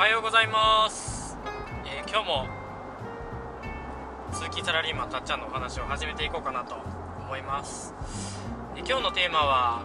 ようございます。今日も通勤サラリーマンたっちゃんのお話を始めていこうかなと思います。今日のテーマは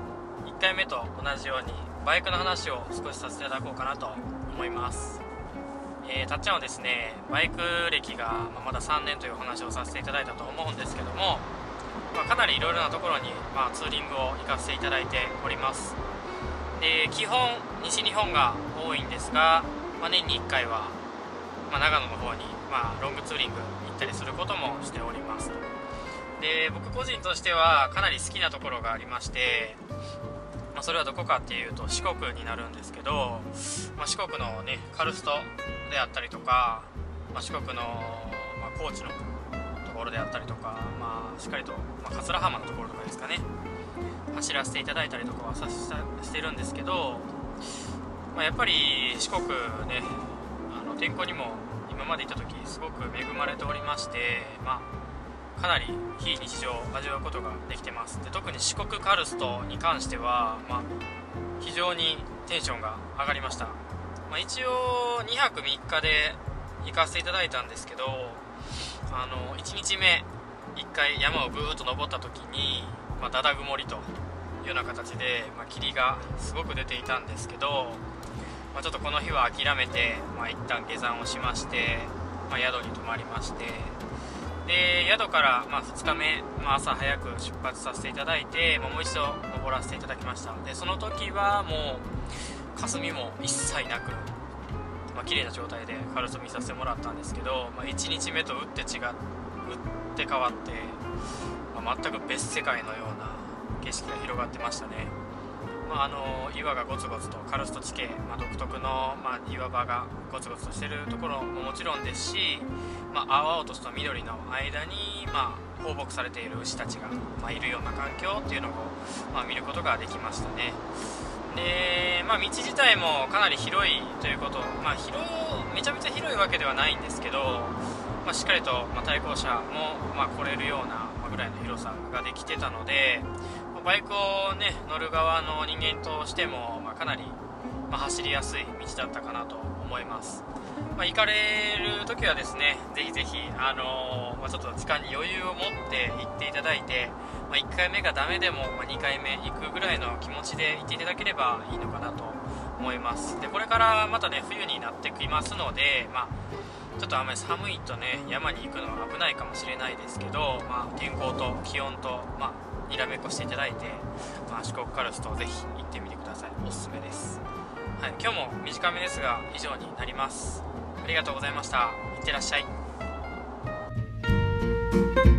1回目と同じようにバイクの話を少しさせていただこうかなと思います。たっちゃんはですね、バイク歴がまだ3年というお話をさせていただいたと思うんですけども、かなりいろいろなところにツーリングを行かせていただいております。で、基本西日本が多いんですが、年に1回は、長野の方に、ロングツーリング行ったりすることもしております。で、僕個人としてはかなり好きなところがありまして、それはどこかっていうと四国になるんですけど、四国のねカルストであったりとか、四国の、高知のところであったりとか、しっかりと、桂浜のところとかですかね、走らせていただいたりとかはしてるんですけど、やっぱり四国ね、天候にも今まで行った時すごく恵まれておりまして、かなり非日常を味わうことができてます。で、特に四国カルストに関しては、非常にテンションが上がりました。一応2泊3日で行かせていただいたんですけど、1日目1回山をぐーっと登った時に、だだ曇りというような形で、霧がすごく出ていたんですけど、ちょっとこの日は諦めて、一旦下山をしまして、宿に泊まりまして、で宿から、2日目、朝早く出発させていただいて、もう一度登らせていただきました。でその時はもう霞も一切なく、綺麗な状態でカルスト見させてもらったんですけど、1日目と打って変わって、全く別世界のような景色が広がってましたね。岩がゴツゴツとカルスト地形、独特の、岩場がゴツゴツとしているところももちろんですし、青々とした緑の間に、放牧されている牛たちが、いるような環境っていうのを、見ることができましたね。で、道自体もかなり広いということ、めちゃめちゃ広いわけではないんですけど、しっかりと、対向車も、来れるような、ぐらいの広さができてたので、バイクをね乗る側の人間としても、かなり、走りやすい道だったかなと思います。行かれる時はですね、ぜひぜひ、ちょっと時間に余裕を持って行っていただいて、1回目がダメでも、2回目行くぐらいの気持ちで行っていただければいいのかなと思います。でこれからまたね冬になってきますので、ちょっとあまり寒いとね山に行くのは危ないかもしれないですけど、天候と気温と、にらめっこしていただいて、四国カルストをぜひ行ってみてください。おすすめです。はい、今日も短めですが以上になります。ありがとうございました。いってらっしゃい。